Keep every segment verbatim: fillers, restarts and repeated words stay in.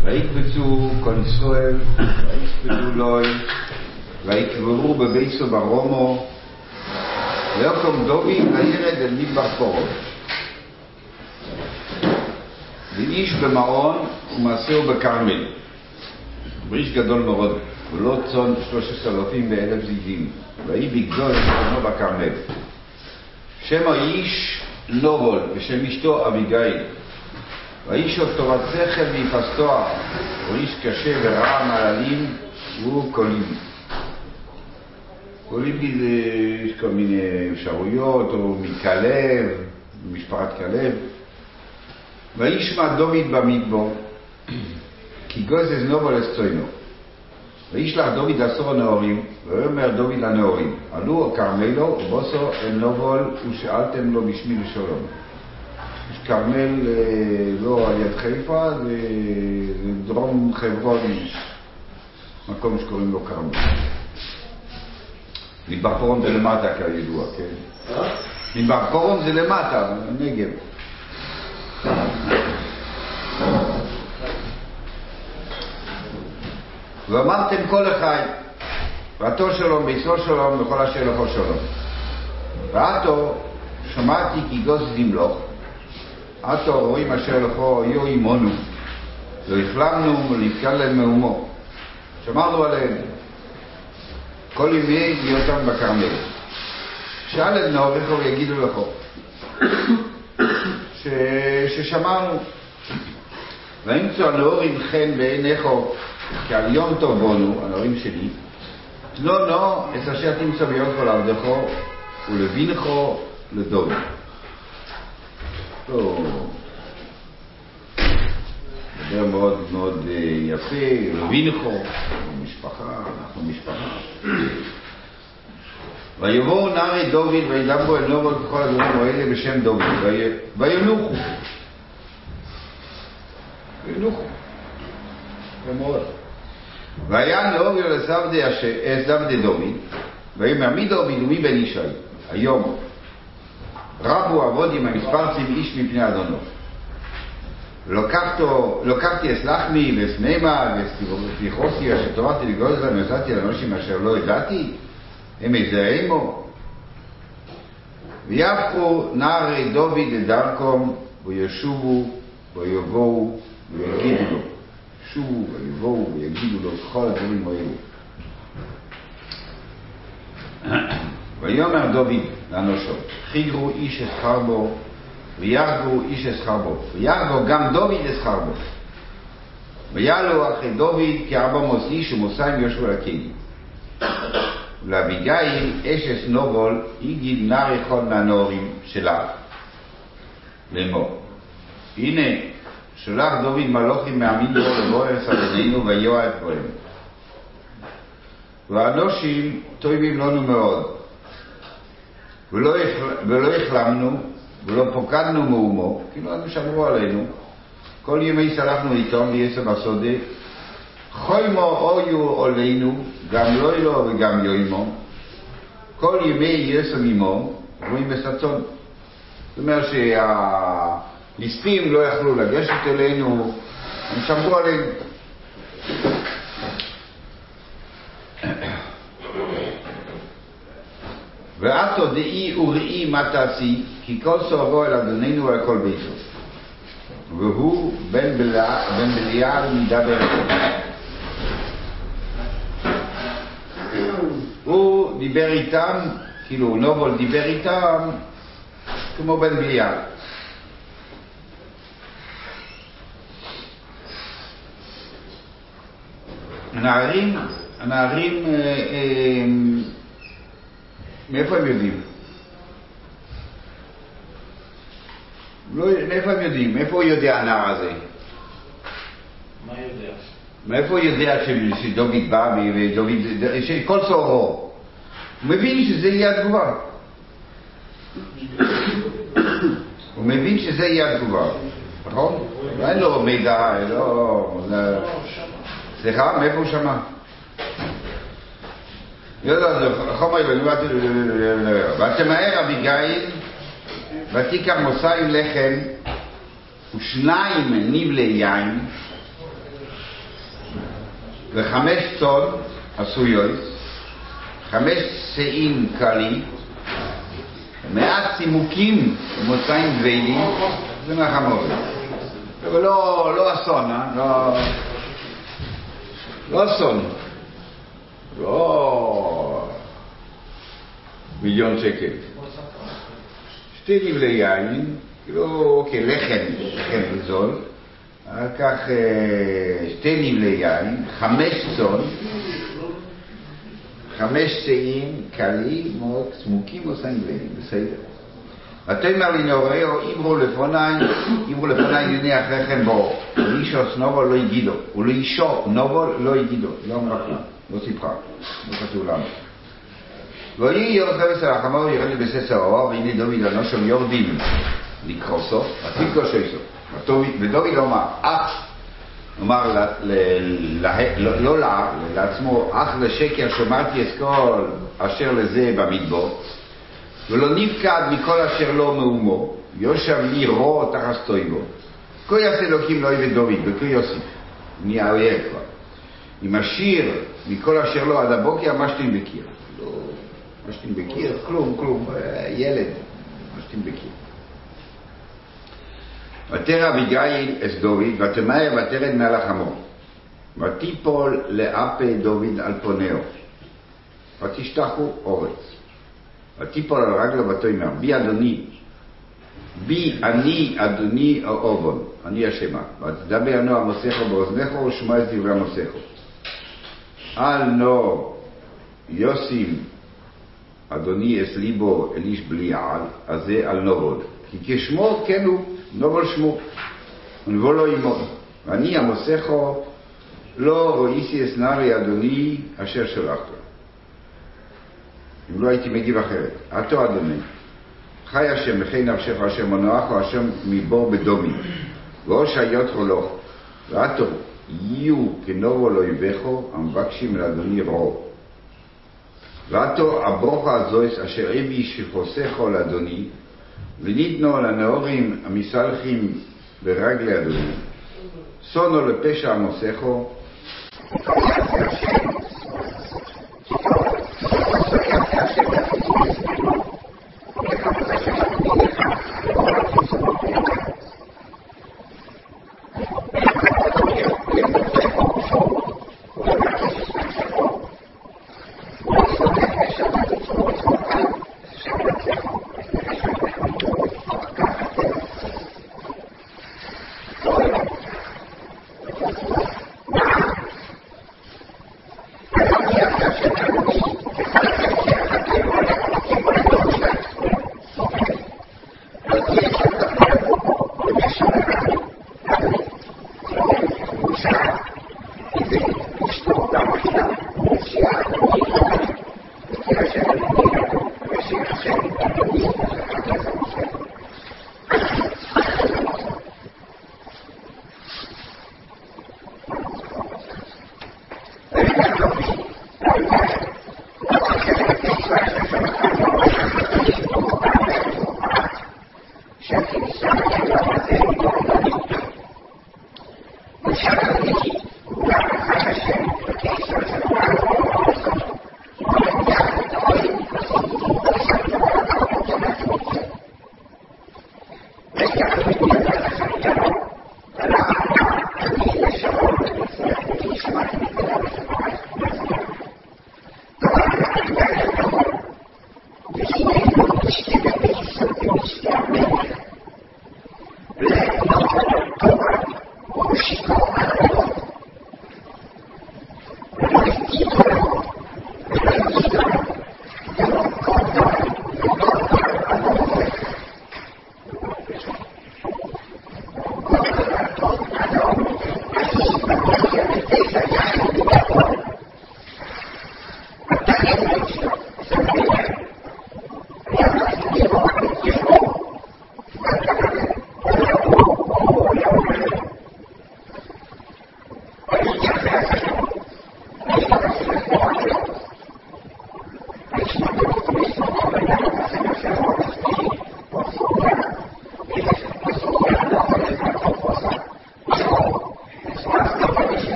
ויקבצו כל ישראל, ויספדו לוי, ויקברו בביסו ברומו, ויקום דוד וירד אל מדבר פורון. ואיש במעון ומעשהו בכרמל, ואיש גדול מאוד, ולא צאן שלושת אלפים ואלף זידים, ויהי בגדול צאנו בכרמל. שם האיש נובל ושם אשתו אביגיל. ואיש עוד תורת שכל ויפסתוע, ואיש קשה ורע מעללים הוא קולים. קולים זה יש כל מיני אפשרויות, או מכלב, משפחת כלב. וישמע דוד במדבר, כי גוזז נובל אסצוינו. וישלח דוד עשור הנאורים, ויאמר דוד לנאורים, עלו כרמלו ובוסו אל נובל ושאלתם לו בשמי לשלום. יש כרמל לא על יד חיפה, זה דרום חברון, מקום שקוראים לו כרמל. מדבר פורון זה למטה כידוע, כן? מדבר פורון זה למטה, נגב. ואמרתם כל החי, ועתו שלום, בישרו שלום, וכל אשר לכו שלום. ועתו שמעתי כי גוז זמלוך, עתו רואים אשר לכו יו אימונו, לא החלמנו ולהתקל להם מאומו. שמרנו עליהם, כל ימי יהיותם בכרמל. שאל את נאוריכו ויגידו לכו, ש... ששמרנו. וימצאו הנאורים חן בעיניכו, כי על יום טוב בונו, הנאורים שלי, תנו נו את אשר תמצא ביום כל עבדכו ולבינכו לדוד. דבר מאוד מאוד יפה, לבינכו, משפחה, אנחנו משפחה. ויבואו נערי דוד וידברו אל נובל ככל הדברים האלה בשם דוד, וינוחו. וינוחו. ומאוד. והיה נאורי לסבדי דוד, ויאמר מי דוד ומי בן ישי, היום רבו עבודים המספרצים איש מפני אדונו. לוקחתי את לחמי ואת נעמה ואת יחוסי אשר תורתי לגוז להם ועשיתי לאנשים אשר לא ידעתי, הם יזהמו. ויהפכו נערי דוד לדרכם וישובו ויבואו ויגידו לו. שובו ויבואו ויגידו לו כל הדברים האלו. ויאמר דוד לאנשו, חיגרו איש אסחר בו וירגו איש אסחר בו, וירגו גם דוד אסחר בו. ויעלו אחרי דוד כארבע מאות איש ומאתיים יושבו לקהילה. ולאביגיל אשת נובל הגיד נער אחד מהנערים שלה לאמור, הנה שלח דוד מלאכים מהמדבר לבוארס על עינינו ויועד בהם. והאנושים טובים לנו מאוד, ולא, ולא החלמנו ולא פוקדנו מאומו, כאילו הם שמרו עלינו. כל ימי סלחנו איתו ויסע בסודה, חוימו אויו עלינו, גם לא אלו וגם יוימו. כל ימי יסע ממו, רואים בסצון. זאת אומרת שהליסטים לא יכלו לגשת אלינו, הם שמרו עלינו. ועתו דאי וראי מה תעשי, כי כל סוהרו אל אדוננו ועל כל ביתו. והוא בן בליעל מדבר איתו. הוא דיבר איתם, כאילו נובל דיבר איתם, כמו בן בליעל. הנערים, הנערים, אה, אה, מאיפה הם יודעים? לא, מאיפה הם יודעים? מאיפה הוא יודע הנער הזה? מה יודע? מאיפה הוא יודע שדוד בא ודוד, שכל סוהרו? הוא מבין שזה יהיה התגובה. הוא מבין שזה יהיה התגובה. נכון? אין לו מידע, לא... סליחה, מאיפה הוא שמע? ותמהר אביגיל ותיקח מוסיים לחם ושניים נבלי יין וחמש צאן עשויות, חמש שאים קלי, מעט צימוקים מוצאים דבלים, זה מהחמור. אבל לא, לא אסון, אה? לא, לא אסון. לא מיליון שקל. שתי נבלי יין, כאילו כלחם, לחם זול, אחר כך שתי נבלי יין, חמש צאן, חמש שאים קלי, מאוד סמוקים או סנגלים, בסדר. ותאמר לי נוראו, אמרו לפוני, אמרו לפוני ענייני אחריכם בו, ולאישו נובו לא יגידו, ולאישו נובו לא יגידו, לא אמרה כלום, לא סיפרה, לא חשוב לנו. ויהי ירחבס על החמור ירד לבסס האור, והנה דוד אנושם יורדים לקרוסו, ותיקו שיסו. ודוד אמר, אך, אמר לא לה, לעצמו, אך לשקר שמרתי אסכול אשר לזה במדבור, ולא נפקד מכל אשר לא מאומו, יושב לי רו תחת סטויבו. כה יעשה אלוקים לא יבד דוד, וכה יוסיף, נהיה אויב כבר. אם השיר מכל אשר לא עד הבוקר, משתים בקיר. לא, משתים בקיר, כלום, כלום, ילד, משתים בקיר. ותרא אביגיל אס דוד, ותמהר ותרד מעל החמור. ותיפול לאפה דוד על פונהו. ותשתחו אורץ. ותיפול על רגלו ותאמר, בי אדוני, בי אני אדוני אובון, אני אשמה. ותדבר אנו עמוסךו באוזניך ושמע את דברי עמוסךו. אל נו יושים אדוני אס ליבו אל איש בליעל, אז זה על נובול. כי כשמו כן הוא נובול שמו, ונבוא לו עמו. ואני עמוסךו לא רואיסי אס נרי אדוני אשר שלחתו. אם לא הייתי מגיב אחרת. עתו אדוני, חי השם לכי נפשך השם מנועך או השם מבור בדומי, ואוש היות חולוך, ועתו יהיו כנובו לא יבכו, המבקשים לאדוני רעו. ועתו הברוכה הזויס אשר אבי שחוסכו לאדוני, וניתנו לנאורים המסלחים ברגלי אדוני, סונו לפשע עמוסךו,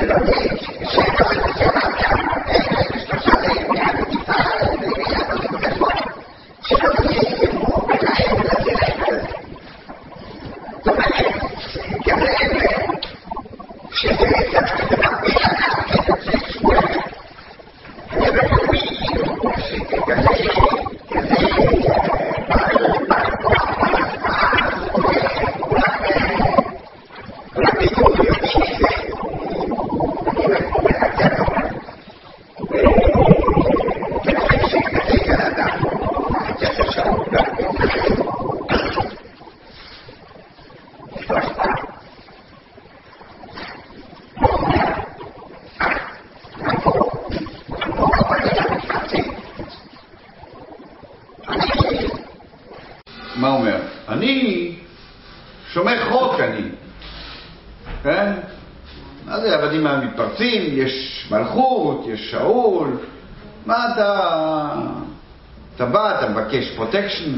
מה אומר? אני שומר חוק, אני. כן? מה זה עבדים המתפרצים? יש מלכות, יש שאול. מה אתה... אתה בא, אתה מבקש פרוטקשן?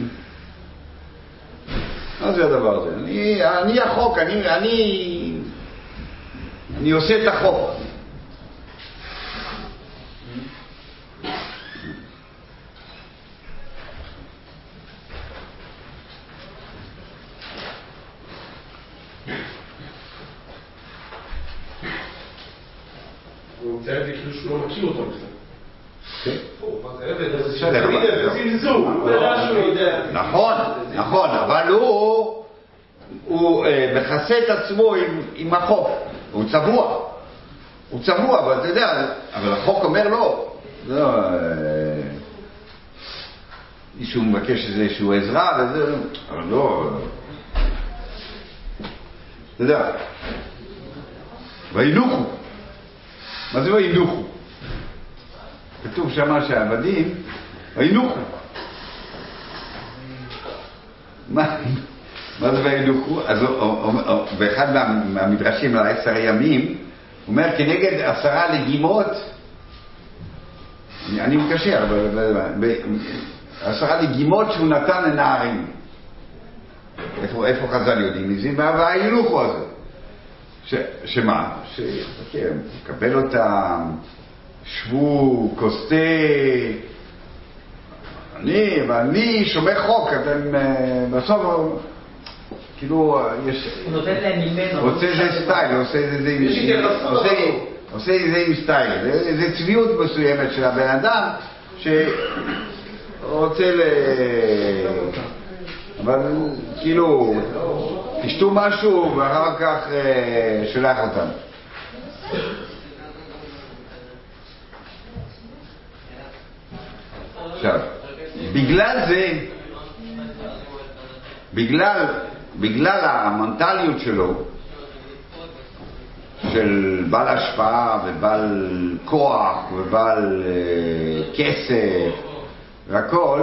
מה זה הדבר הזה? אני, אני החוק, אני, אני... אני עושה את החוק. הוא מציין את זה כאילו שהוא לא מכיר אותו בכלל. כן. מה זה עבד? אז בסדר, אבל... זה זלזול. הוא יודע שהוא יודע. נכון, נכון, אבל הוא... הוא מכסה את עצמו עם, עם החוק. הוא צבוע. הוא צבוע, אבל אתה יודע, אבל החוק אומר לא. לא... מישהו מבקש איזשהו עזרה, וזה... אבל לא... אתה יודע. וינוחו. מה זה וינוחו? כתוב שמה שהעבדים וינוחו. מה, מה זה וינוחו? אז באחד מהמדרשים על עשר ימים הוא אומר כנגד עשרה לגימות, אני, אני מקשר, עשרה לגימות שהוא נתן לנערים. איפה, איפה חז"ל יודעים מזה? והילוכו הזה. ש, שמה? שקבל אותם, שבו, כוסתה, אני, ואני שומר חוק, אתם בסוף, כאילו, יש... הוא נותן להם ממנו. עושה איזה סטייל, עושה איזה... עושה איזה עם סטייל, איזה צביעות מסוימת של הבן אדם, שרוצה ל... אבל כאילו, תשתו משהו ואחר כך שולח אותם. עכשיו, בגלל זה, בגלל, בגלל המנטליות שלו, של בעל השפעה ובעל כוח ובעל אה, כסף והכל,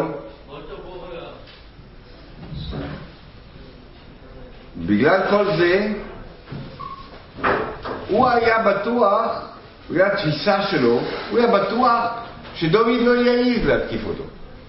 בגלל כל זה, הוא היה בטוח, הוא היה התפיסה שלו, הוא היה בטוח שדוד לא יעיז להתקיף אותו.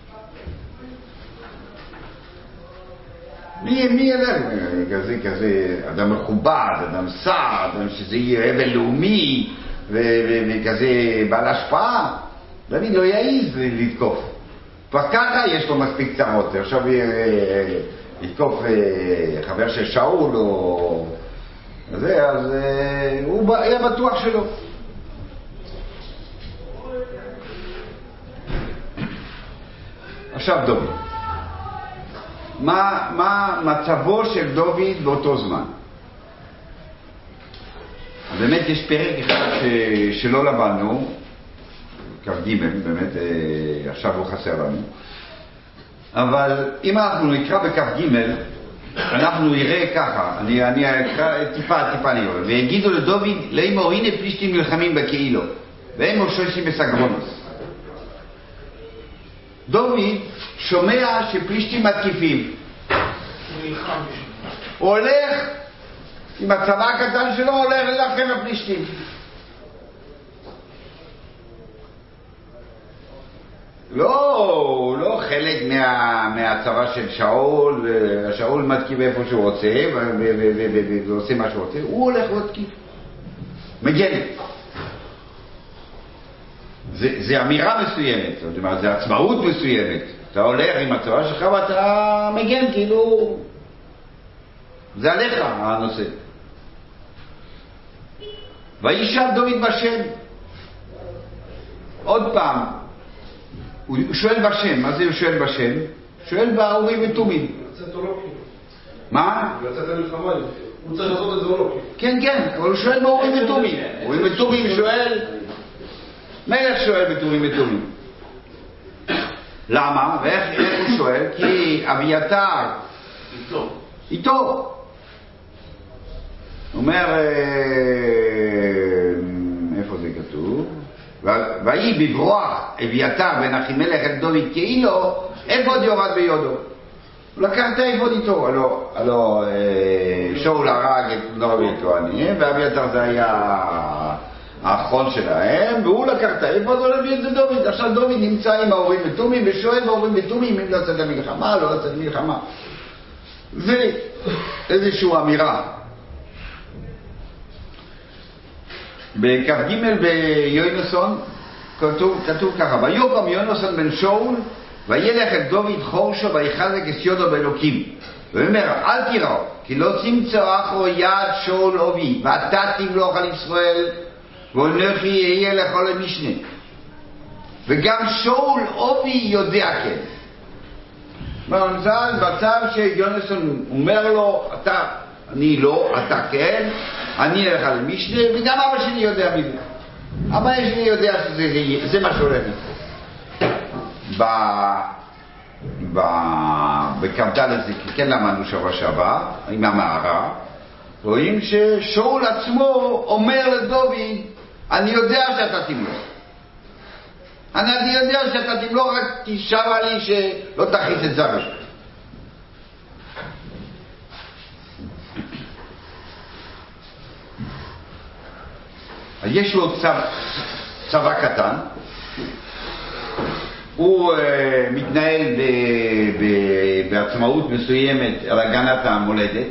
מי, מי ילך? כזה, כזה, אדם מכובד, אדם שר, אדם שזה יהיה אבל לאומי, וכזה בעל השפעה. דוד לא יעיז לתקוף. כבר ככה יש לו מספיק צרות. עכשיו לתקוף חבר של שאול או... זה, אז הוא היה בטוח שלו. עכשיו דוד. מה, מה מצבו של דוד באותו זמן? באמת יש פרק אחד ש, שלא למדנו, כ"ג, באמת עכשיו הוא חסר לנו, אבל אם אנחנו נקרא בכ"ג, אנחנו נראה ככה, אני, אני אקרא טיפה, טיפה נראה, ויגידו לדוד, לאמור, הנה פלישתים נלחמים בקהילו, והם מוששים בסגרונוס. דוד שומע שפלישתים מתקיפים. הוא הולך עם הצבא הקטן שלו, הולך ללחם בפלישתים. לא, לא חלק מה, מהצבא של שאול, שאול מתקיף איפה שהוא רוצה ועושה מה שהוא רוצה, הוא הולך להתקיף. מגן. זה, זה אמירה מסוימת, זאת אומרת, זה עצמאות מסוימת. אתה הולך עם הצבא שלך ואתה מגן, כאילו, זה עליך הנושא. וישב דוד בשם. עוד פעם, הוא שואל בשם. מה זה הוא שואל בשם? שואל באורים ותומים. יצאת או לא כאילו? מה? הוא יצאת למלחמה, הוא צריך לעשות את זה או לא כאילו? כן, כן, אבל הוא שואל באורים ותומים. אורים ותומים שואל, מלך שואל בתורים ותומים. למה? ואיך הוא שואל? כי אביתר איתו. איתו. הוא אומר, איפה זה כתוב? ויהי בברוח אביתר בן אחימלך אל דוד כאילו, אפוד יורד ביודו. הוא לקח את האפוד איתו, הלא, הלא שאול הרג את בנו וכהנים, ואביתר זה היה האחרון שלהם, והוא לקח את האפוד ולהביא את זה דוד. עכשיו דוד נמצא עם ההורים ותומים ושואל בהורים ותומים אם לא יצאת למלחמה, לא יצאת למלחמה. זה איזושהי אמירה. בכ"ג ביונסון כתוב, כתוב ככה: ויוקם יונסון בן שאול וילך את דוד חורשו ויחזק את יודו באלוקים ואומר אל תיראו כי לא תמצא אחרו יד שאול אבי ואתה תמלוך על ישראל ואנוכי אהיה לכל המשנה. וגם שאול אבי יודע כן. נמצא במצב שיונסון אומר לו אתה, אני לא, אתה כן, אני אלך על משנה, וגם אבא שלי יודע מזה. אבא שלי יודע שזה זה מה שהולך איתו. בקמדל הזה, כן למדנו שבוע שעבר, עם המערה, רואים ששאול עצמו אומר לדוד, אני יודע שאתה תמלוך. אני יודע שאתה תמלוך, רק תשמע לי שלא תכניס את זרש. יש לו צבא, צבא קטן, הוא uh, מתנהל ב, ב, בעצמאות מסוימת על הגנת המולדת.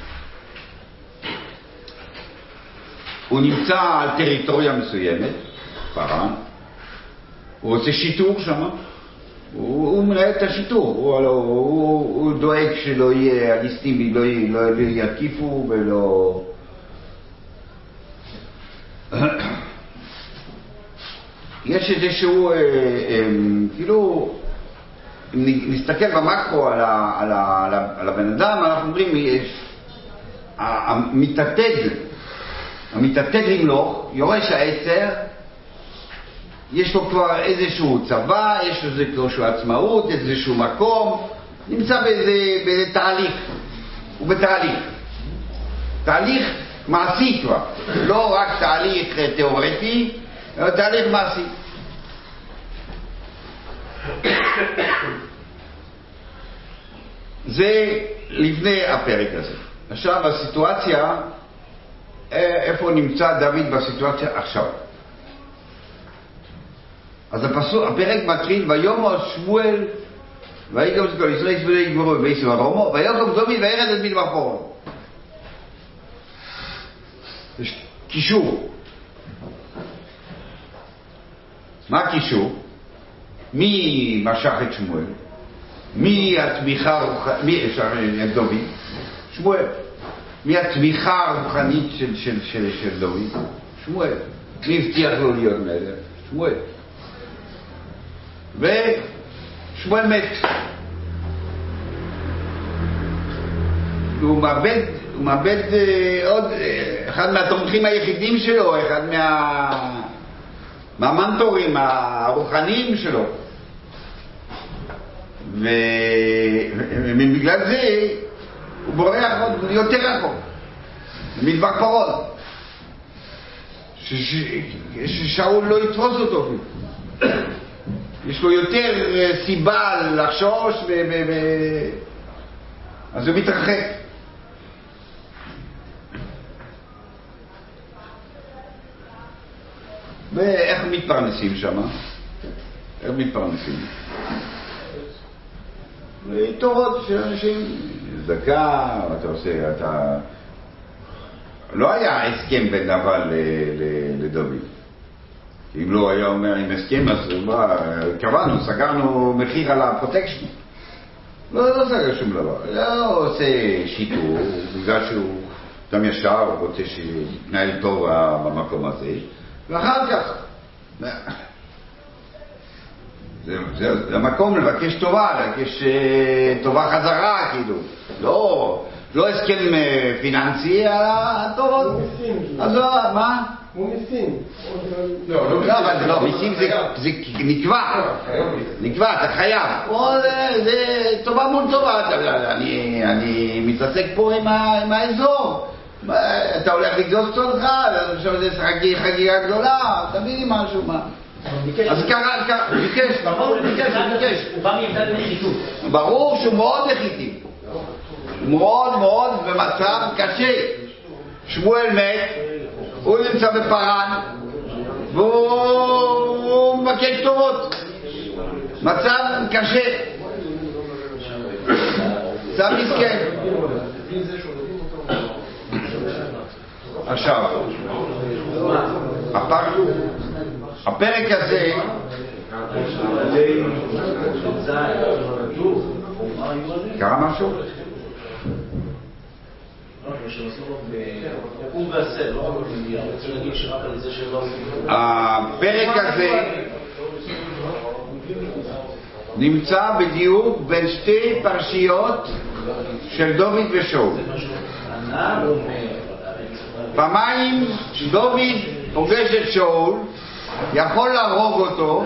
הוא נמצא על טריטוריה מסוימת, פרן. הוא עושה שיטור שם, הוא, הוא מנהל את השיטור, הוא, הוא, הוא, הוא דואג שלא יהיה הליסטים, לא, לא, לא יקיפו ולא... יש איזשהו, אה, אה, כאילו, אם נסתכל במקרו על, ה, על, ה, על, ה, על הבן אדם, אנחנו אומרים, יש, המתעתד, המתעתד למלוך, יורש העצר, יש לו כבר איזשהו צבא, יש לו איזשהו עצמאות, איזשהו מקום, נמצא באיזה, באיזה תהליך, הוא בתהליך, תהליך מעשי כבר, לא רק תהליך תיאורטי, אלא תהליך מעשי. זה לפני הפרק הזה. עכשיו הסיטואציה, איפה נמצא דוד בסיטואציה עכשיו? אז הפסוק, הפרק מתחיל, ויאמר שמואל, ויגם כל ישראל ישראל יגברו בבית מרומו, ויוקם דוד וירד את מדבר פורון. יש קישור. מה הקישור? מי משך את שמואל? מי התמיכה הרוחנית? מי אפשר את דוד? שמואל. מי התמיכה הרוחנית של, של, של, של דוד? שמואל. מי הבטיח לו להיות מלך? שמואל. ושמואל מת. הוא מאבד, הוא מאבד עוד אחד מהתומכים היחידים שלו, אחד מה, מהמנטורים הרוחניים שלו. ובגלל זה הוא בורח עוד יותר רחוק, מדבר פרעה, ששאול לא יתפוס אותו. יש לו יותר סיבה לחשוש ו... ו... ו... אז הוא מתרחק. ואיך מתפרנסים שם? איך מתפרנסים? תורות של אנשים, זקה, אתה עושה, אתה לא היה הסכם בין נבל לדוד. אם לא היה אומר עם הסכם, אז קבענו, סגרנו מחיר על הפרוטקשן. לא, לא סגר שום דבר. לא עושה שיטור, בגלל שהוא גם ישר, הוא רוצה שיתנהל טוב במקום הזה, ואחר כך זה, זה, זה המקום לבקש טובה, לבקש טובה חזרה, כאילו. לא, לא הסכם פיננסי, אלא טובות. אז לא, מה? הוא מיסים. לא, אבל לא, מיסים זה נקבע. נקבע, אתה חייב. זה טובה מול טובה. אני מתעסק פה עם האזור. אתה הולך לגזוז צונך, עכשיו זה חגיגה גדולה, תביא לי משהו, מה? אז קרה, ביקש, ברור, ביקש, ביקש. הוא בא מימתד לנחיתות. ברור שהוא מאוד נחיתי. מאוד מאוד במצב קשה. שמואל מת, הוא נמצא בפרן, והוא מבקש טובות. מצב קשה. מצב מסכן. עכשיו, הפרק הזה קרה משהו? הפרק הזה נמצא בדיוק בין שתי פרשיות של דוד ושאול. פעמיים דוד פוגש את שאול, יכול להרוג אותו,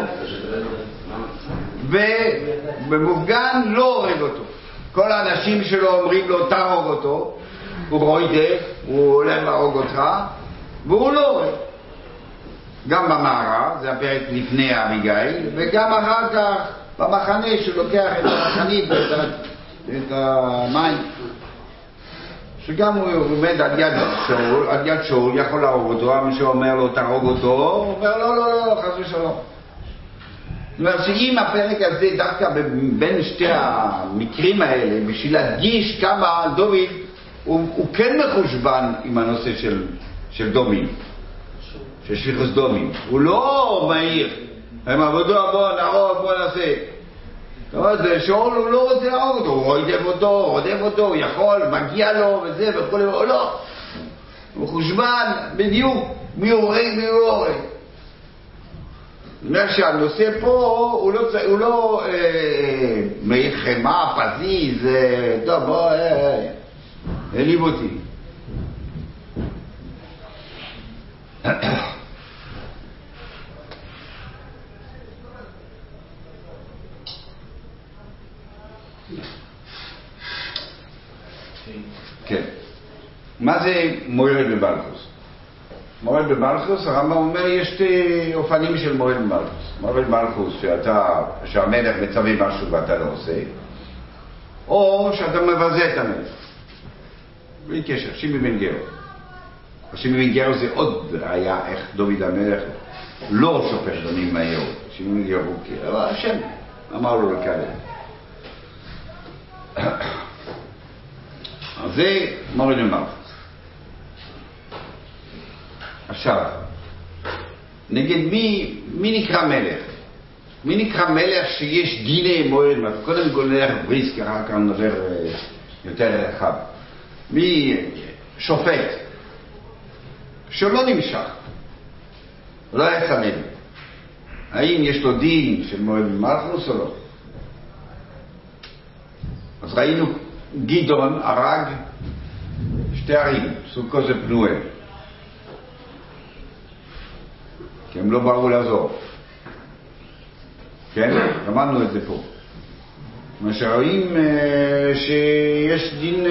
ובמופגן לא הורג אותו. כל האנשים שלו אומרים לו תהרוג אותו, הוא רואה, הוא הולך להרוג אותך, והוא לא הורג. גם במערה, זה הפרק לפני אביגיל, וגם אחר כך במחנה שלוקח את החנית ואת המים. שגם הוא עומד על יד שאול, על יד שאול, יכול להרוג אותו, אבל שאומר לו תהרוג אותו, הוא אומר לא, לא, לא, חס ושלום. זאת אומרת שאם הפרק הזה דווקא בין שתי המקרים האלה, בשביל להדגיש כמה דוד, הוא, הוא כן מחושבן עם הנושא של, של דומים, של שליחוס דומים. הוא לא מהיר, הם עבודו, בוא נהרוג, בוא נעשה. זאת אומרת, שאול הוא לא רוצה להרוג אותו, הוא רודף אותו, רודף אותו, הוא יכול, מגיע לו וזה וכו', או לא. הוא חושבן בדיוק מי הורג, מי הוא הורג. זאת אומרת שהנושא פה הוא לא, הוא לא אה, מלחמה, פזיז, אה, טוב בוא, אה, העליב אותי. כן. מה זה מורד בבלחוס? מורד בבלחוס, הרמב"ם אומר, יש שתי אופנים של מורד בבלחוס. מורד בבלחוס, שאתה, שהמלך מצווה משהו ואתה לא עושה, או שאתה מבזה את המלך. בלי קשר, שימי בן גרו. שימי בן גרו זה עוד ראיה איך דוד המלך לא שופך דמים מהר. שימי בן גרו, אבל השם אמר לו לקלל. אז זה מורד בבלחוס. עכשיו, נגד מי, מי נקרא מלך? מי נקרא מלך שיש דיני מורד בבלחוס? קודם כל נלך בריסק, אחר כך נדבר יותר רחב. מי שופט שלא נמשך, לא היה צמד. האם יש לו דין של מורד בבלחוס או לא? אז ראינו גדעון הרג שתי ערים, סוכות ופנואל, כי הם לא באו לעזור. כן? למדנו את זה פה. מה שרואים שיש דין,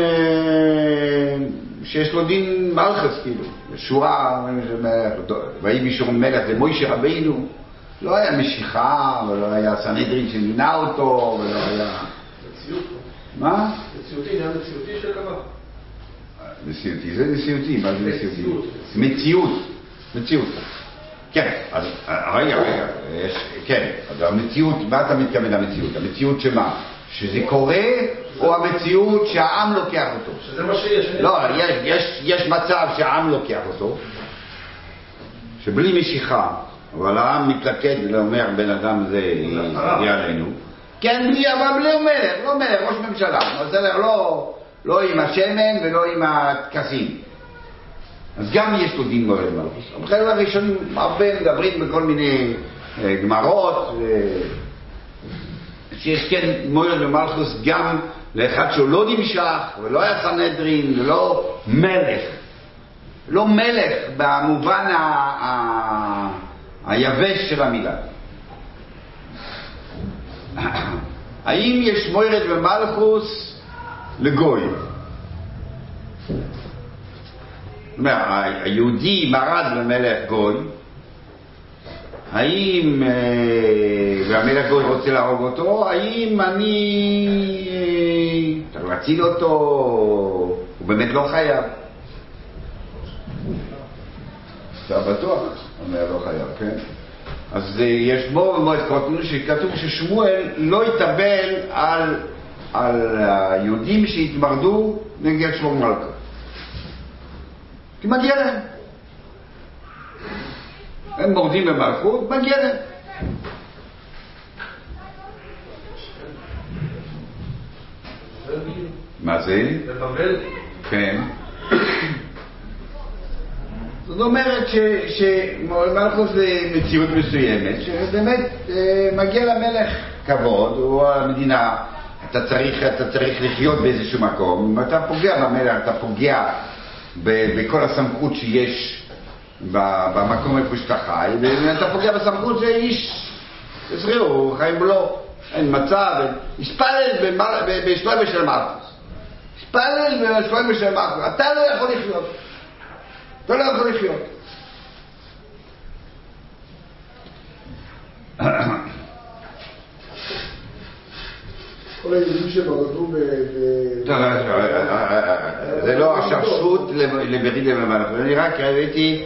שיש לו דין מלכס, כאילו, שואה, ויהי בישורון מלך למוישה רבינו, לא היה משיכה, ולא היה סנהדרין שמינה אותו, ולא היה... מה? נשיאותי, זה נשיאותי של קבע. נשיאותי, זה נשיאותי, מה זה נשיאותי? מציאות, מציאות. כן, אז רגע, רגע, יש, כן, אז המציאות, מה אתה מתכוון למציאות? המציאות שמה? שזה קורה, או המציאות שהעם לוקח אותו? שזה מה שיש. לא, יש, יש, יש מצב שהעם לוקח אותו, שבלי משיכה, אבל העם מתלכד ואומר, בן אדם זה יהיה עלינו. כן, בלי, אבל בלי מלך, לא מלך, ראש ממשלה. בסדר, לא, לא עם השמן ולא עם הטקסים. אז גם יש לו דין מורד מלכוס. בחלק הראשונים הרבה מדברים בכל מיני אה, גמרות, ו... שיש כן מורד במלכוס גם לאחד שהוא לא נמשך, ולא היה סנהדרין, ולא מלך. לא מלך במובן ה... ה... היבש של המילה. האם יש מורד במלכוס לגוי? זאת אומרת, היהודי מרד במלך גוי, האם, והמלך גוי רוצה להרוג אותו, האם אני צריך להציל אותו, הוא באמת לא חייב. אתה בטוח, אומר לא חייב, כן? אז יש בו במועד קוטנו שכתוב ששמואל לא יתאבל על, על היהודים שהתמרדו נגד שלמה מלכה. כי מגיע להם. הם מורדים במלכות, מגיע להם. מה זה? לבבל? כן. זאת אומרת שמלכות זה מציאות מסוימת, שבאמת מגיע למלך כבוד, או המדינה, אתה צריך, אתה צריך לחיות באיזשהו מקום, אם אתה פוגע במלך, אתה פוגע בכל הסמכות שיש במקום איפה שאתה חי, ואתה פוגע בסמכות שאיש, תזכירו, חיים בלו, אין מצב, יספלל בשלומה של מלכות, יספלל בשלומה של מלכות, אתה לא יכול לחיות. אתה לא יכול לחיות. כל היהודים שמרדו ב... זה לא עכשיו שוט לבריד למלך. אני רק ראיתי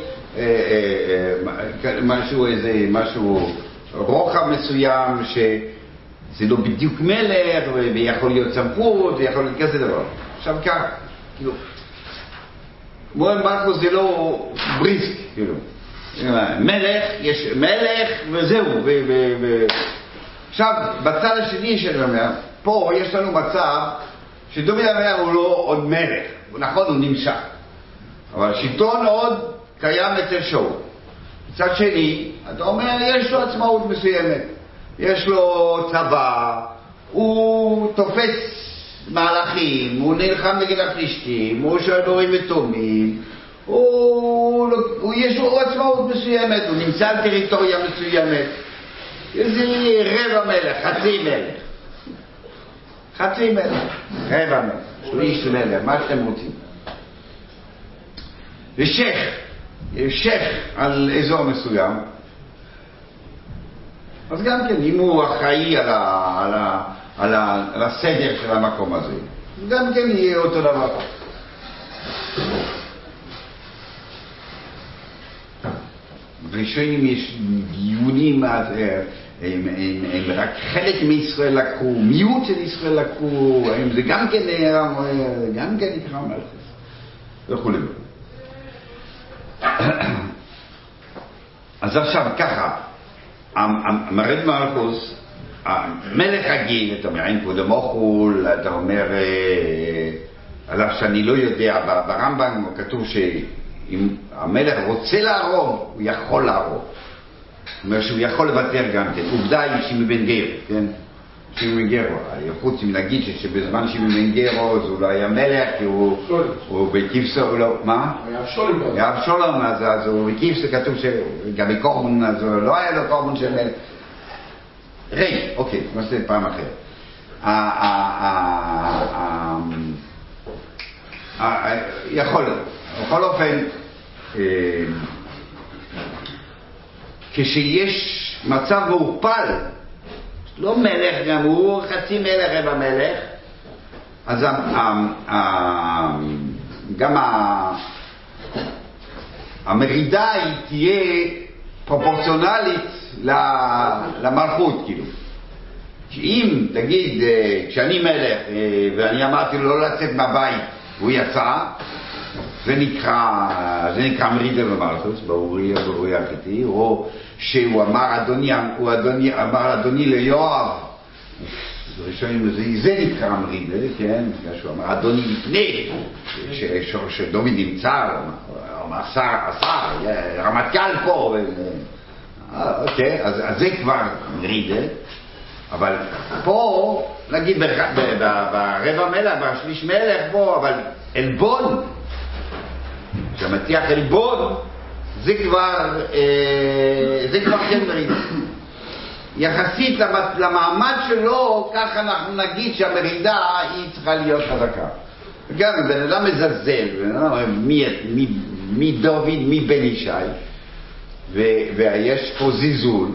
משהו, איזה משהו רוחב מסוים שזה לא בדיוק מלך ויכול להיות סמכות ויכול להיות כזה דבר. עכשיו כך, כאילו מורד מלכוס זה לא בריסק, כאילו. מלך, יש מלך וזהו. ו, ו, ו... עכשיו, בצד השני של אומר, פה יש לנו מצב שדוד המלך הוא לא עוד מלך. נכון, הוא נמשך. אבל השלטון עוד קיים אצל שאול. בצד שני, אתה אומר, יש לו עצמאות מסוימת. יש לו צבא, הוא תופס מהלכים, הוא נלחם נגד הפלישתים, הוא שואל הורים ותומים, הוא, הוא, יש לו עצמאות מסוימת, הוא נמצא על טריטוריה מסוימת. זה רבע מלך, חצי מלך. חצי מלך, רבע מלך, שליש מלך, מה שאתם רוצים. ושייך, שייך על אזור מסוים. אז גם כן, אם הוא אחראי על ה... על ה על, ה, על הסדר של המקום הזה, גם כן יהיה אותו דבר. ראשונים יש דיונים, הם, הם, הם רק חלק מישראל לקחו, מיעוט של ישראל לקחו, הם זה גם כן, גם כן נקרא מלכוס וכו'. אז עכשיו ככה, המרד מלכוס, המלך רגיל, אתה אומר, אין כבודו מוחול, אתה אומר, עליו שאני לא יודע, ברמב"ם כתוב שאם המלך רוצה להרוג, הוא יכול להרוג. זאת אומרת שהוא יכול לוותר גם כן. עובדה היא שימי בן גר, כן? שימי בן גר, חוץ מלהגיד שבזמן שימי בן גר הוא לא היה מלך, כי הוא בכבשו, מה? היה אבשלום. היה אבשלום, אז הוא בכבשו כתוב שגם בקורבן, אז לא היה לו קורבן של מלך. רגע, אוקיי, נעשה פעם אחרת. יכול, בכל אופן, כשיש מצב מעורפל, לא מלך גם הוא, חצי מלך רבע מלך, אז גם המרידה היא תהיה פרופורציונלית למלכות, כאילו. אם תגיד, כשאני מלך ואני אמרתי לו לא לצאת מהבית והוא יצא, זה נקרא, זה נקרא מרידה במלכוס, באוריה, באוריה הכתי, או שהוא אמר אדוני, הוא אדוני, אמר אדוני ליואב, ראשונים, זה, זה נקרא מרידה, כן? שהוא אמר אדוני לפני, שדוד נמצא, הוא אמר שר, השר, רמטכ"ל פה, אוקיי, אז, אז זה כבר מרידה, אבל פה, נגיד ברבע מלך, בשליש מלך פה, אבל אלבון, שהמציח אלבון, זה כבר, זה כבר כן מרידה. יחסית למעמד שלו, כך אנחנו נגיד שהמרידה היא צריכה להיות חזקה. גם בן אדם מזלזל, מי דוד, מי בן ישי, ויש פה זיזול,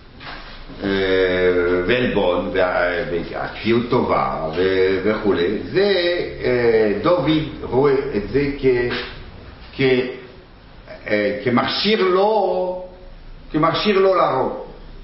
ואלבון, והכפיות טובה וכו'. זה, דוד רואה את זה כ... כמכשיר לו, כמכשיר לו להרוג.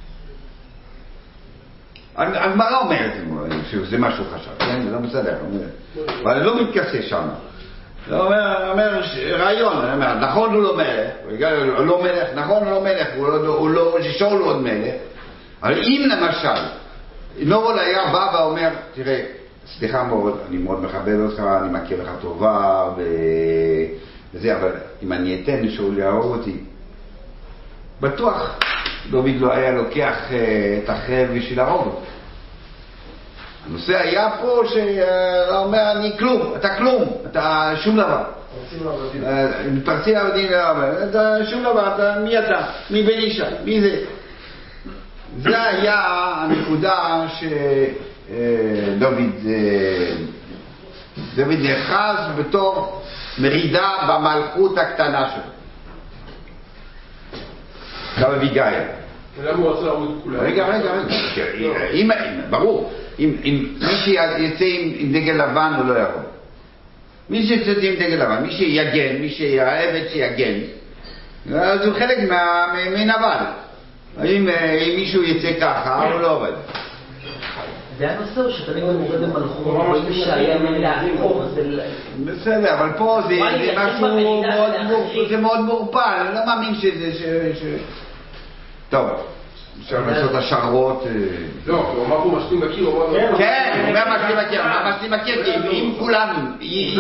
הגמרא אומרת שזה מה שהוא חשב, כן? זה לא בסדר, אבל אני לא מתכסה שם. זה אומר רעיון, נכון הוא לא מלך, הוא לא מלך, נכון הוא לא מלך, הוא לא, שאול הוא עוד מלך, אבל אם למשל, נורול היה בא ואומר, תראה, סליחה מאוד, אני מאוד מכבד אותך, אני מכיר לך טובה, וזה, אבל אם אני אתן שאול יהרוג אותי, בטוח דוד לא היה לוקח את החרב בשביל להרוג אותו. הנושא היה פה שאתה אומר, אני כלום, אתה כלום, אתה שום דבר. מתפרצים לעבדים, אתה שום דבר, אתה מי אתה? מי בן ישי? מי זה? זה היה הנקודה שדוד דוד נחז בתור מרידה במלכות הקטנה שלו. גם אביגיל. ולמה הוא רצה להרוג את כולם? רגע, רגע, רגע. ברור, אם מי שיצא עם דגל לבן הוא לא ירוג. מי שיצא עם דגל לבן, מי שיגן, מי שהעבד שיגן, אז הוא חלק מנבל. אם מישהו יצא ככה, הוא לא עובד. זה הנושא שתמיד מורד במלכות, רואים שהיה מלאכות. בסדר, אבל פה זה משהו מאוד מורפל, אני לא מאמין שזה... טוב, אפשר לעשות השערות... לא, הוא אמר פה משלים בקיר, הוא אמר... כן, הוא אומר משלים בקיר, הוא אומר משלים בקיר, כי אם כולם...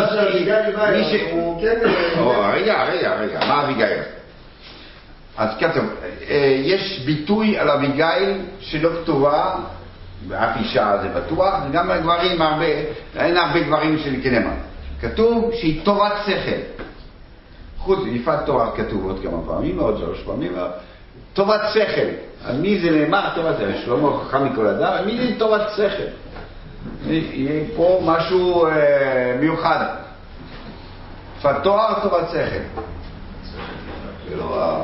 רגע, רגע, רגע, מה אביגיל? אז כתוב, יש ביטוי על אביגיל שלא כתובה, באף אישה זה בטוח, וגם גברים הרבה, אין הרבה גברים של כנמה. כתוב שהיא תורת שכל. חוץ יפת תורה כתוב עוד כמה פעמים, עוד שלוש פעמים, תורת שכל. על מי זה נאמר תורת שכל? שלמה חכם מכל אדם, על מי זה תורת שכל? יהיה פה משהו אה, מיוחד. יפת תואר תורת שכל. זה לא...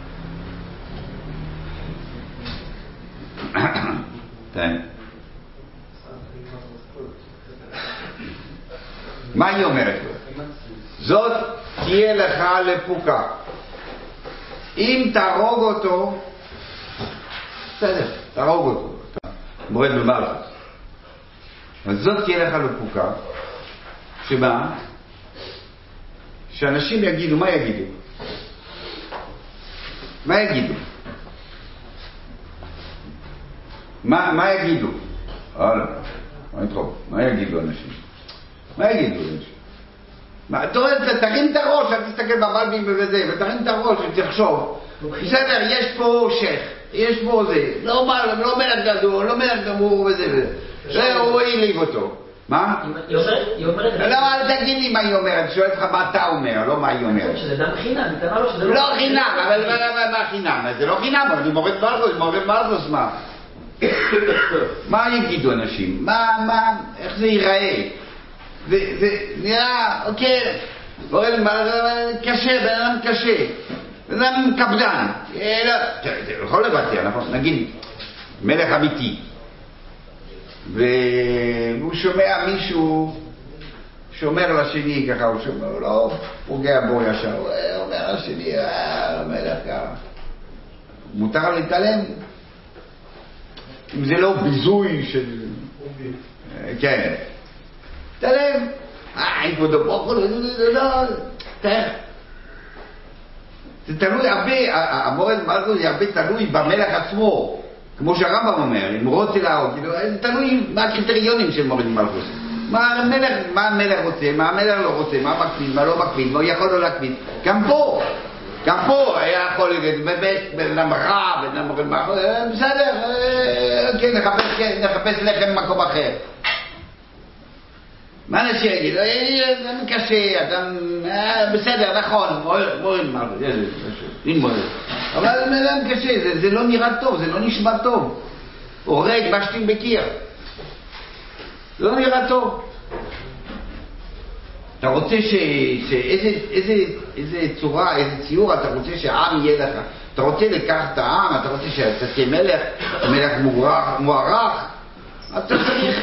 תן. מה היא אומרת לו? זאת תהיה לך לפוקה. אם תהרוג אותו, בסדר, תהרוג אותו. מורד במלכות. אז זאת תהיה לך לפוקה. שמה? שאנשים יגידו, מה יגידו? מה יגידו? מה, מה יגידו? הלאה, מה יתרוב? מה יגידו אנשים? מה יגידו אנשים? מה, תראה, תרים את הראש, אל תסתכל בבלבים ובזה, ותרים את הראש ותחשוב. בסדר, יש פה שייך, יש פה זה, לא מלך גדול, לא מלך גמור וזה וזה. זה, הוא העליב אותו. מה? היא אומרת... לא, אל תגיד לי מה היא אומרת, שואלת לך מה אתה אומר, לא מה היא אומרת. שזה דם חינם, היא תמה לו שזה לא חינם, אבל מה חינם? זה לא חינם, אני מורד מלכוס, מורד מלכוס, מה? מה יגידו אנשים? מה, מה, איך זה ייראה? זה נראה, אוקיי, קשה, בן אדם קשה, בן אדם קפדן, אתה יכול לבטא, נכון? נגיד, מלך אמיתי, והוא שומע מישהו שאומר לשני ככה, הוא שומע, הוא לא פוגע בו ישר, הוא אומר לשני, אה, מלך ככה, מותר להתעלם? אם זה לא ביזוי של... כן. תלם. אה, אין פה דבור, לא, תראה. זה תלוי הרבה, המורד מלכוס זה הרבה תלוי במלך עצמו. כמו שהרמב"ם אומר, אם הוא רוצה להרוג, זה תלוי מה הקריטריונים של מורד מלכוס. מה המלך, מה המלך רוצה, מה המלך לא רוצה, מה מקפיד, מה לא מקפיד, מה יכול לא להקפיד. גם פה, גם פה היה יכול להיות, באמת, בן אדם רע, בן אדם מורד מלכוס, בסדר, כן, נחפש, כן, נחפש לחם במקום אחר. מה אנשים יגיד? זה קשה, אתה... בסדר, נכון, מורד מלכוס, אין מורד. אבל זה קשה, זה לא נראה טוב, זה לא נשמע טוב. הורג, משתים בקיר. לא נראה טוב. אתה רוצה ש... שאיזה איזה, איזה צורה, איזה ציור אתה רוצה שהעם יהיה לך. אתה רוצה לקחת את העם, אתה רוצה שאתה תהיה מלך, מלך מוערך, אתה צריך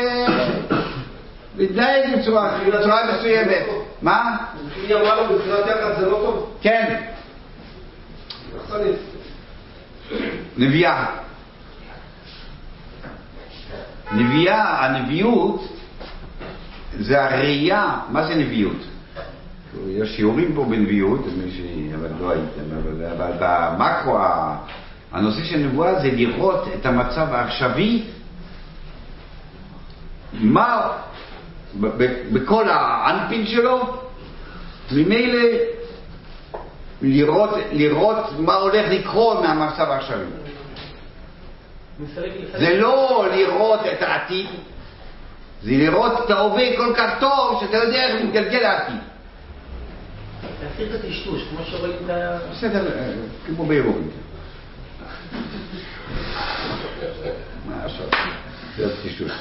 להתנהג בצורה, בצורה מסוימת. מה? היא אמרה לו בבחירת יחד זה לא טוב? כן. נביאה. נביאה, הנביאות זה הראייה. מה זה נביאות? יש שיעורים פה בנביאות, אבל לא הייתם, אבל במקרו הנושא של נבואה זה לראות את המצב העכשווי, מה בכל האנפין שלו, ממילא לראות, לראות מה הולך לקרות מהמצב העכשווי. זה לא לראות את העתיד, זה לראות את ההווה כל כך טוב שאתה יודע איך מתגלגל העתיד. להסיר את הטשטוש, כמו שרואים את ה... בסדר, כמו בעירובין. מה עכשיו? זה הטשטוש.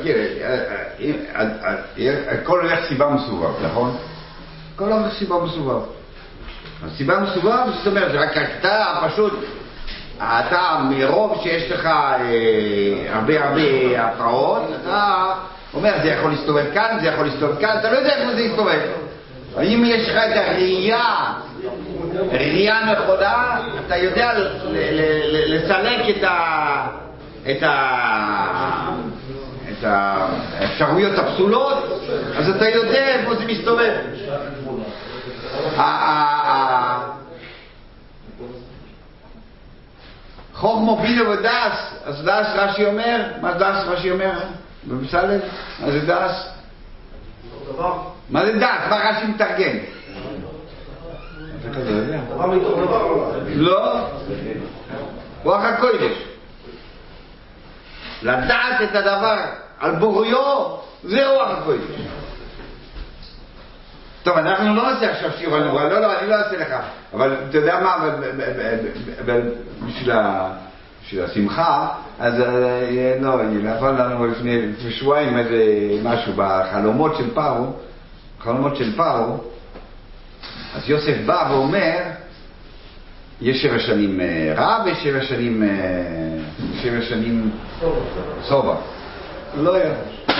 הכל הולך סיבה מסובב, נכון? הכל הולך סיבה מסובב. הסיבה מסובב, זאת אומרת, רק אתה פשוט... אתה מרוב שיש לך אה, הרבה הרבה הפרעות, אתה אומר זה יכול להסתובב כאן, זה יכול להסתובב כאן, אתה לא יודע איך זה יסתובב. אם יש לך את הראייה, ראייה נכונה, אתה יודע ל- ל- ל- לסלק את ה... את ה... את האפשרויות הפסולות, אז אתה יודע איפה זה מסתובב. חוכמה בינה ודס, אז דס רש"י אומר, מה דס רש"י אומר? במסלם? מה זה דס? מה זה דס? מה רש"י מתרגם? אתה לא יודע? לא? רוח הקודש. לדעת את הדבר על בוריו, זה רוח הקודש. טוב, אנחנו לא נעשה עכשיו שיעור על נבואה, לא, לא, אני לא אעשה לך. אבל אתה יודע מה, בשביל השמחה, אז לא, נפל לנו לפני שבועיים איזה משהו בחלומות של פרו, בחלומות של פרו, אז יוסף בא ואומר, יש שבע שנים רע ויש שבע שנים, שבע שנים סובה. לא היה.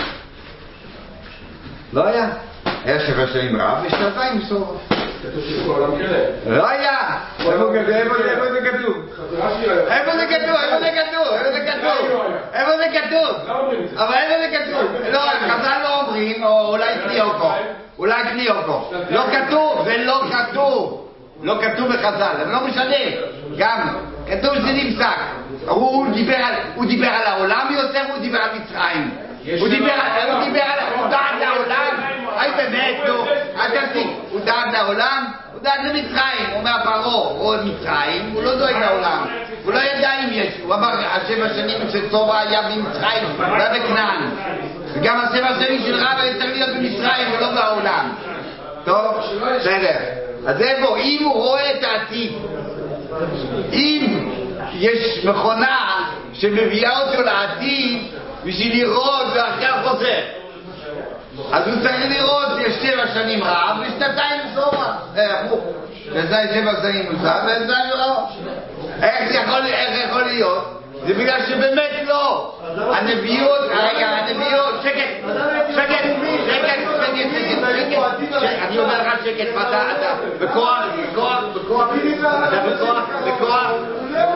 לא היה. היה שבע שנים רע ושנתיים סובה. לא היה. איפה זה כתוב? איפה זה כתוב? איפה זה כתוב? איפה זה כתוב? איפה זה כתוב? אבל איפה זה כתוב? לא, חז"ל לא אומרים, או אולי קניוקו. אולי קניוקו. לא כתוב, זה לא כתוב. לא כתוב בחז"ל, זה לא משנה. גם, כתוב שזה נפסק. הוא דיבר על העולם יוסף, הוא דיבר על מצרים. הוא דיבר על, הוא דעת לעולם. היי באמת, נו, אל תפסיק. הוא דעת לעולם, הוא דעת למצרים. הוא אומר פרעה, הוא מצרים, הוא לא דואג לעולם. הוא לא ידע אם יש. הוא אמר, השבע שנים של סובה היה במצרים, היה בכנען. וגם השבע שנים של רב היה צריך להיות במצרים ולא בעולם. טוב? בסדר. אז איפה, אם הוא רואה את העתיד, אם יש מכונה שמביאה אותו לעתיד בשביל לראות ואחר חוזר, אז הוא צריך לראות יש שבע שנים רע ושנתיים סובה. וזה שבע שנים מוסף ושנתיים רע. איך זה יכול להיות? זה בגלל שבאמת לא. הנביאות, רגע, הנביאות, שקט, שקט, שקט, שקט, שקט, אני אומר לך שקט, מה אתה, אתה, בכוח, בכוח, בכוח, אתה בכוח, בכוח, בכוח,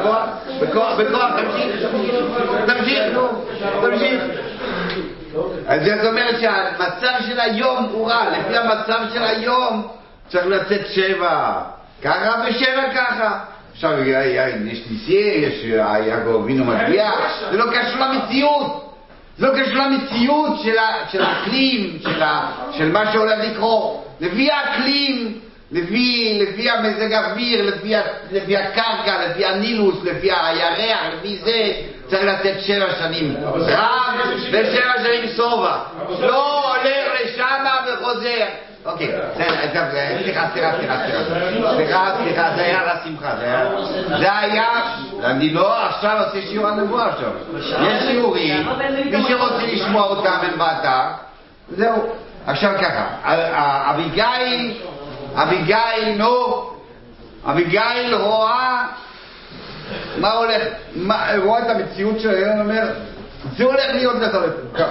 בכוח, בכוח, בכוח, תמשיך, תמשיך, תמשיך. אז זאת אומרת שהמצב של היום הוא רע, לפי המצב של היום צריך לצאת שבע ככה ושבע ככה. עכשיו יש ניסי, יש יעקב אבינו מטביע, זה לא קשור למציאות, זה לא קשור למציאות של האקלים, של מה שהולך לקרות. לפי האקלים, לפי המזג האוויר, לפי הקרקע, לפי הנילוס, לפי הירח, לפי זה צריך לתת שבע שנים רב ושבע שנים סובה, לא הולך לשם וחוזר. אוקיי, סליחה, סליחה, סליחה, סליחה, סליחה, זה היה לשמחה, זה היה, אני לא עכשיו עושה שיעור הנבואה עכשיו, יש שיעורים, מי שרוצה לשמוע אותם הם באתר, זהו. עכשיו ככה, אביגיל, אביגיל, נו, אביגיל רואה מה הולך, רואה את המציאות שלהם, אומר, זה הולך להיות לך מפוקח.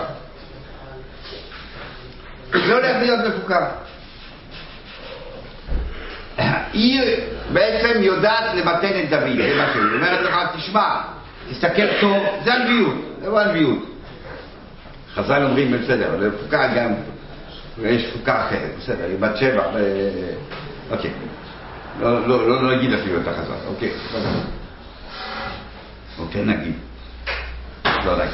זה הולך להיות מפוקח. היא בעצם יודעת למתן את דוד, זה מה שהיא אומרת לך, תשמע, תסתכל טוב, זה הנביאות, זה לא הנביאות. חז"ל אומרים, בסדר, זה מפוקח גם, יש מפוקח אחרת, בסדר, היא בת שבע, אוקיי. לא, לא, לא נגיד אפילו את החז"ל, אוקיי. אוקיי, נגיד. לא נגיד.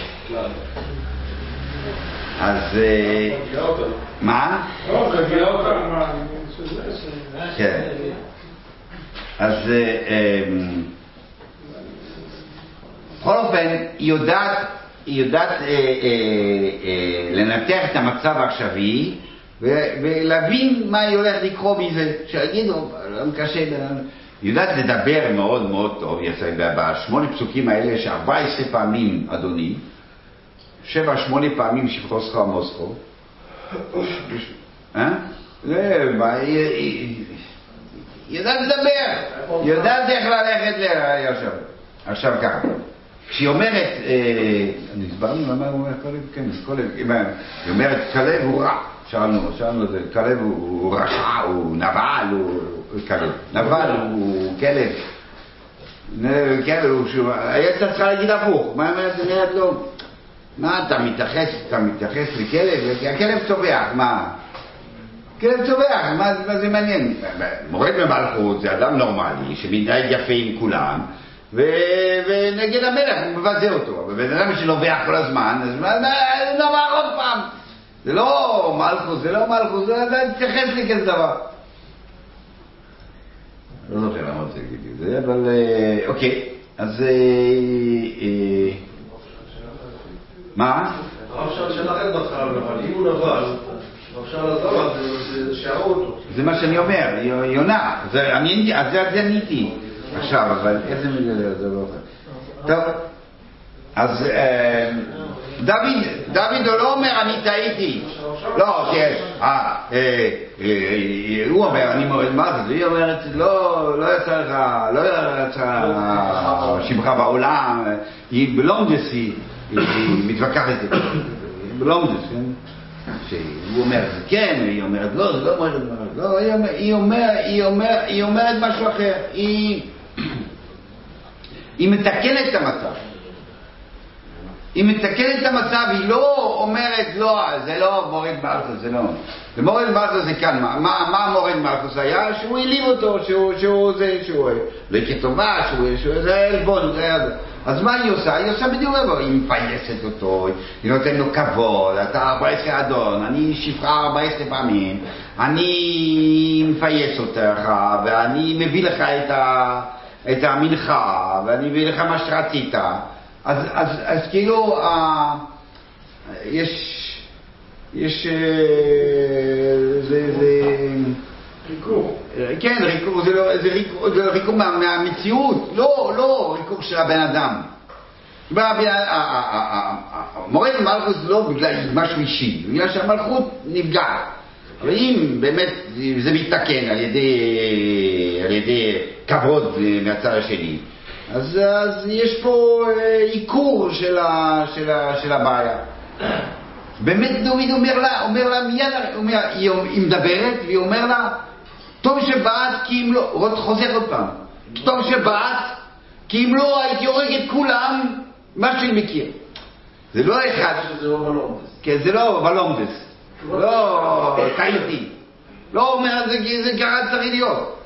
אז... מה? לא, זה הגיע אותם, מה? כן. אז... בכל אופן, היא יודעת, היא יודעת לנתח את המצב העכשווי ולהבין מה היא הולכת לקרוא מזה. שיגידו, לא קשה, היא יודעת לדבר מאוד מאוד טוב. בשמונה פסוקים האלה יש ארבע עשרה פעמים אדוני, שבע, שמונה פעמים שפחו שכר מוסכו. אה? זה, מה, היא יודעת לדבר, היא יודעת איך ללכת עכשיו. עכשיו ככה, כשהיא אומרת, נסברנו למה הוא אומר כלב? כן, היא אומרת כלב הוא רע, שאלנו, שאלנו את זה, כלב הוא רשע, הוא נבל, הוא כלב, נבל הוא כלב, כלב הוא שהוא, היתה צריכה להגיד הפוך, מה אומרת? היא אומרת לו, מה אתה מתייחס, אתה מתייחס לכלב? הכלב צובח, מה? כלב צובח, מה, מה זה מעניין? מורד במלכות זה אדם נורמלי שמתנהג יפה עם כולם ו... ונגד המלך הוא מבזה אותו, ובן אדם שנובח כל הזמן אז נאמר עוד פעם, זה לא מלכות, זה לא מלכות, זה אתה תתייחס לי כזה דבר. לא זוכר למה רוצה להגיד את זה, אבל אוקיי, אז מה? אפשר שלכם בהתחלה, אבל אם הוא נבל, אפשר לזמן, זה שערו אותו. זה מה שאני אומר, היא עונה, אז זה עניתי עכשיו, אבל איזה מילה זה לא אוכל. טוב, אז דוד, דוד לא אומר אני טעיתי, לא, תראה, הוא אומר, אני מורד מה זה, היא אומרת, לא יצא לך, לא יצא שמך בעולם, היא בלומדס, היא מתווכחת את זה, בלומדס, שהוא אומר כן, היא אומרת לא, זה לא אומרת, לא, היא אומרת משהו אחר, היא מתקנת את המצב. היא מתקנת את המצב, היא לא אומרת, לא, זה לא מורד מלכוס, זה לא. זה מורד מלכוס זה כאן, מה, מה מורד מלכוס היה? שהוא העליב אותו, שהוא, שהוא זה, שהוא לא כטובה, שהוא, שהוא זה אלבון, זה היה זה. אז מה היא עושה? היא עושה בדיוק לבוא, היא מפייסת אותו, היא נותן לו כבוד, אתה ארבע עשרה אדון, אני שפחה ארבע עשרה פעמים, אני מפייס אותך, ואני מביא לך את, ה, את המנחה, ואני מביא לך מה שרצית. אז, אז, אז כאילו, אה, יש, יש, אה, זה, זה, ריקור. כן, ריקור, זה לא, זה ריקור, זה ריקור מה, מהמציאות, לא, לא ריקור של הבן אדם. מורד מלכות לא בגלל משהו אישי, בגלל שהמלכות נפגעת. אבל אם באמת זה מתתקן על ידי, על ידי כבוד מהצד השני, אז, אז יש פה עיקור של, ה, של, ה, של הבעיה. באמת דוד אומר לה, אומר לה מיד, אומר, היא, היא מדברת והיא אומר לה, טוב שבאת כי אם לא, חוזר עוד פעם, טוב שבאת כי אם לא הייתי הורג את כולם, מה שאני מכיר. זה לא אחד. זה לא בלומדס. כן, זה לא בלומדס. לא טעיתי. לא אומר, זה קרה צריך להיות.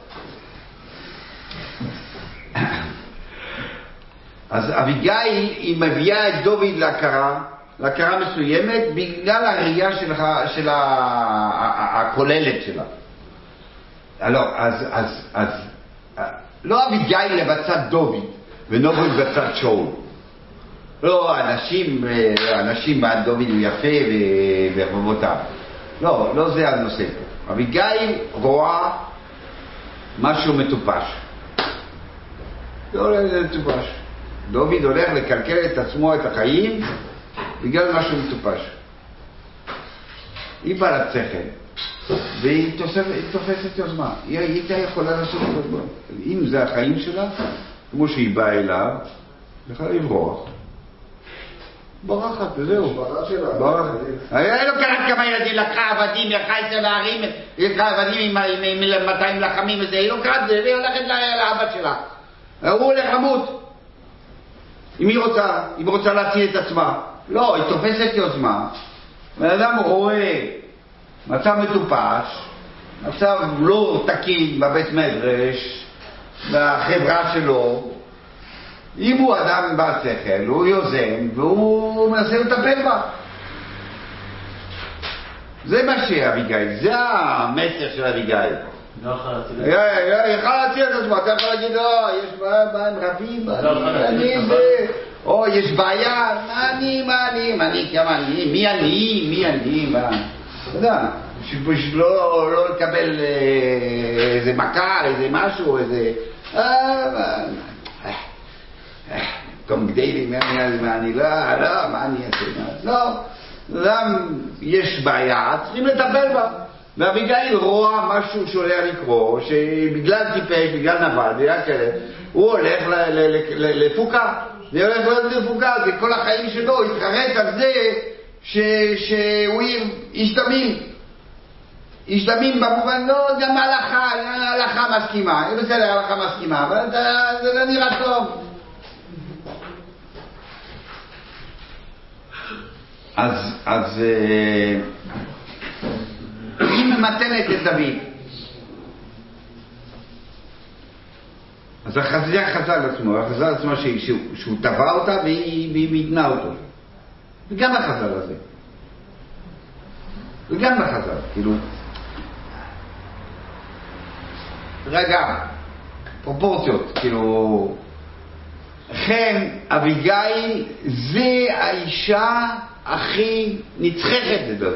אז אביגיל היא מביאה את דוד להכרה, להכרה מסוימת, בגלל הראייה של הכוללת שלה. לא, אז, אז, אז, לא אביגיל לבצע דוד, ונובל בצד שאול. לא, אנשים, אנשים, דוד הוא יפה ורבותיו. לא, לא זה הנושא פה. אביגיל רואה משהו מטופש. לא, זה מטופש. דוד הולך לקלקל את עצמו, את החיים, בגלל משהו מטופש. היא בעלת שכל, והיא תופסת יוזמה. היא הייתה יכולה לעשות את זה. אם זה החיים שלה, כמו שהיא באה אליו, יכולה לברוח. ברחת, וזהו. ברחת. היה לו קראת כמה ילדים, לקחה עבדים, לקחה את זה להרים, לקחה עבדים עם מאתיים לחמים וזה, היא לא קראת זה, והיא הולכת לאבא שלה. הוא הולך למות. אם היא רוצה, אם היא רוצה להציל את עצמה. לא, היא תופסת יוזמה. האדם רואה מצב מטופש, מצב לא תקין בבית מדרש, בחברה שלו. אם הוא אדם בעל שכל, הוא יוזם, והוא מנסה לטפל בה. זה מה שאביגיל, זה המסר של אביגיל. לא יכול להציל את זה. יכול להציל את עצמו, אתה יכול להגיד, או, יש בעיה, הם רבים, אני זה, או, יש בעיה, מה אני, מה אני, מה אני, כמה אני, מי אני, מי אני, מה, אתה יודע, בשביל לא לקבל איזה מכה, איזה משהו, איזה, תום גדלי, מה אני, לא, לא, מה אני אעשה, לא, גם יש בעיה, צריכים לטפל בה. ואביגיל רואה משהו שעולה לקרוא, שבגלל טיפש, בגלל נבל, בגלל כאלה, הוא הולך לפוקה, הוא הולך לפוקה, זה כל החיים שלו, התחרט על זה שהוא איש דמים. איש דמים במובן, לא, גם ההלכה, ההלכה מסכימה, היא בסדר, ההלכה מסכימה, אבל זה לא נראה טוב. אז, אז, היא ממתנת את דוד. אז החזייה חזר על עצמו, החזר על עצמו שהוא, שהוא טבע אותה והיא, והיא מדנה אותו. וגם החזר הזה. וגם החזר, כאילו. רגע, פרופורציות, כאילו. לכן, אביגיל זה האישה הכי נצחכת לדוד.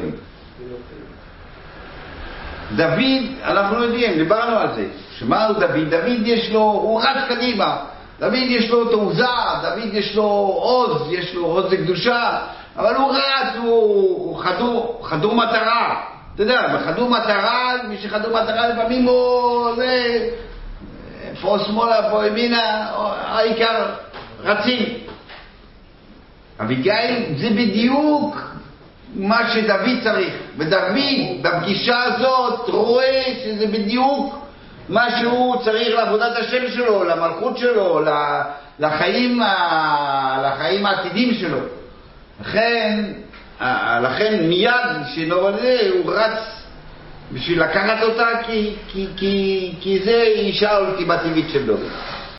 דוד, אנחנו יודעים, דיברנו על זה. שמענו דוד, דוד יש לו, הוא רץ קדימה. דוד יש לו תעוזה, דוד יש לו עוז, יש לו עוז לקדושה, אבל הוא רץ, הוא, הוא חדור, חדור מטרה. אתה יודע, בחדור מטרה, מי שחדור מטרה לפעמים הוא, זה, פה שמאלה, פה ימינה, העיקר רצים. אביגיל זה בדיוק מה שדוד צריך, ודוד בפגישה הזאת רואה שזה בדיוק מה שהוא צריך לעבודת השם שלו, למלכות שלו, לחיים, לחיים העתידים שלו. לכן, לכן מיד שנורא זה הוא רץ בשביל לקחת אותה, כי, כי, כי, כי זה אישה אולטימטיבית של דוד.